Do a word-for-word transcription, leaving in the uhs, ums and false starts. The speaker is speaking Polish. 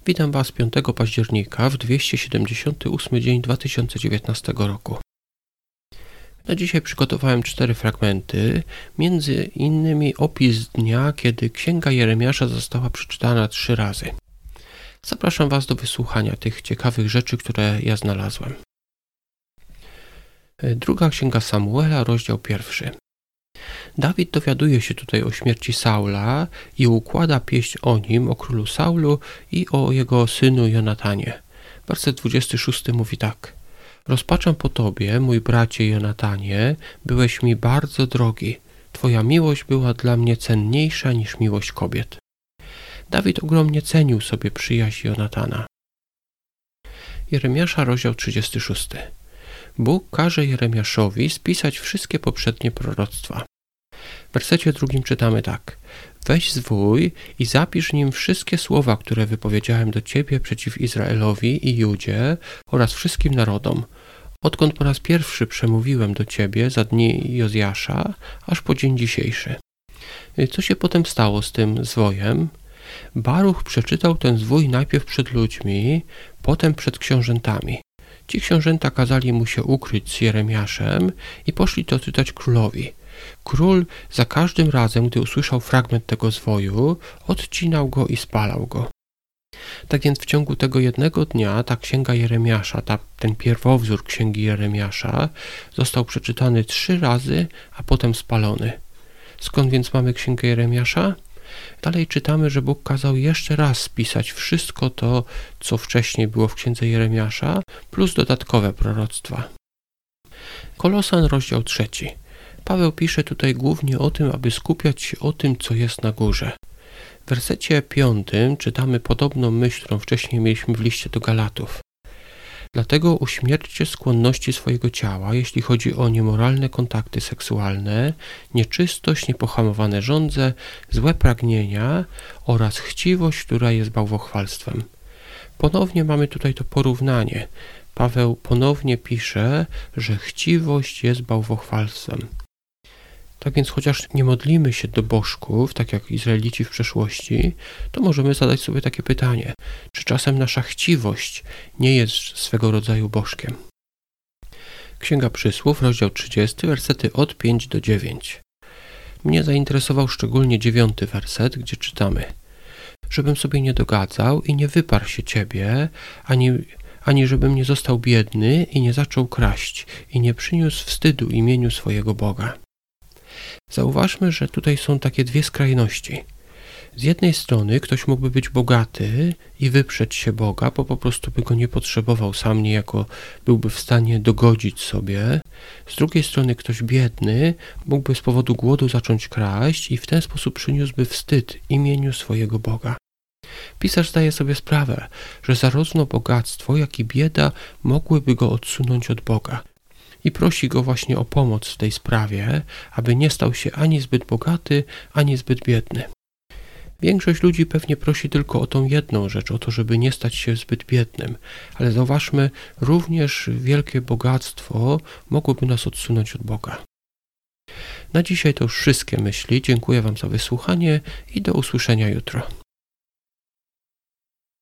Witam Was piątego października w dwieście siedemdziesiąty ósmy dzień dwa tysiące dziewiętnastego roku. Na dzisiaj przygotowałem cztery fragmenty, między innymi opis dnia, kiedy Księga Jeremiasza została przeczytana trzy razy. Zapraszam Was do wysłuchania tych ciekawych rzeczy, które ja znalazłem. Druga Księga Samuela, rozdział pierwszy. Dawid dowiaduje się tutaj o śmierci Saula i układa pieśń o nim, o królu Saulu i o jego synu Jonatanie. Werset dwudziesty szósty mówi tak. Rozpaczam po Tobie, mój bracie Jonatanie, byłeś mi bardzo drogi. Twoja miłość była dla mnie cenniejsza niż miłość kobiet. Dawid ogromnie cenił sobie przyjaźń Jonatana. Jeremiasza, rozdział trzydziesty szósty. Bóg każe Jeremiaszowi spisać wszystkie poprzednie proroctwa. W wersecie drugim czytamy tak. Weź zwój i zapisz nim wszystkie słowa, które wypowiedziałem do Ciebie przeciw Izraelowi i Judzie oraz wszystkim narodom, odkąd po raz pierwszy przemówiłem do Ciebie za dni Jozjasza, aż po dzień dzisiejszy. Co się potem stało z tym zwojem? Baruch przeczytał ten zwój najpierw przed ludźmi, potem przed książętami. Ci książęta kazali mu się ukryć z Jeremiaszem i poszli to czytać królowi. Król za każdym razem, gdy usłyszał fragment tego zwoju, odcinał go i spalał go. Tak więc w ciągu tego jednego dnia ta księga Jeremiasza, ta, ten pierwowzór księgi Jeremiasza został przeczytany trzy razy, a potem spalony. Skąd więc mamy księgę Jeremiasza? Dalej czytamy, że Bóg kazał jeszcze raz spisać wszystko to, co wcześniej było w księdze Jeremiasza, plus dodatkowe proroctwa. Kolosan, rozdział trzeci. Paweł pisze tutaj głównie o tym, aby skupiać się o tym, co jest na górze. W wersecie piątym czytamy podobną myśl, którą wcześniej mieliśmy w liście do Galatów. Dlatego uśmierćcie skłonności swojego ciała, jeśli chodzi o niemoralne kontakty seksualne, nieczystość, niepohamowane żądze, złe pragnienia oraz chciwość, która jest bałwochwalstwem. Ponownie mamy tutaj to porównanie. Paweł ponownie pisze, że chciwość jest bałwochwalstwem. Tak więc chociaż nie modlimy się do bożków, tak jak Izraelici w przeszłości, to możemy zadać sobie takie pytanie, czy czasem nasza chciwość nie jest swego rodzaju bożkiem? Księga Przysłów, rozdział trzydziesty, wersety od pięć do dziewięć. Mnie zainteresował szczególnie dziewiąty werset, gdzie czytamy: Żebym sobie nie dogadzał i nie wyparł się Ciebie, ani... ani żebym nie został biedny i nie zaczął kraść i nie przyniósł wstydu imieniu swojego Boga. Zauważmy, że tutaj są takie dwie skrajności. Z jednej strony ktoś mógłby być bogaty i wyprzeć się Boga, bo po prostu by go nie potrzebował, sam niejako byłby w stanie dogodzić sobie. Z drugiej strony ktoś biedny mógłby z powodu głodu zacząć kraść i w ten sposób przyniósłby wstyd imieniu swojego Boga. Pisarz zdaje sobie sprawę, że zarówno bogactwo, jak i bieda mogłyby go odsunąć od Boga. I prosi go właśnie o pomoc w tej sprawie, aby nie stał się ani zbyt bogaty, ani zbyt biedny. Większość ludzi pewnie prosi tylko o tą jedną rzecz, o to, żeby nie stać się zbyt biednym, ale zauważmy, również wielkie bogactwo mogłoby nas odsunąć od Boga. Na dzisiaj to już wszystkie myśli. Dziękuję Wam za wysłuchanie i do usłyszenia jutro.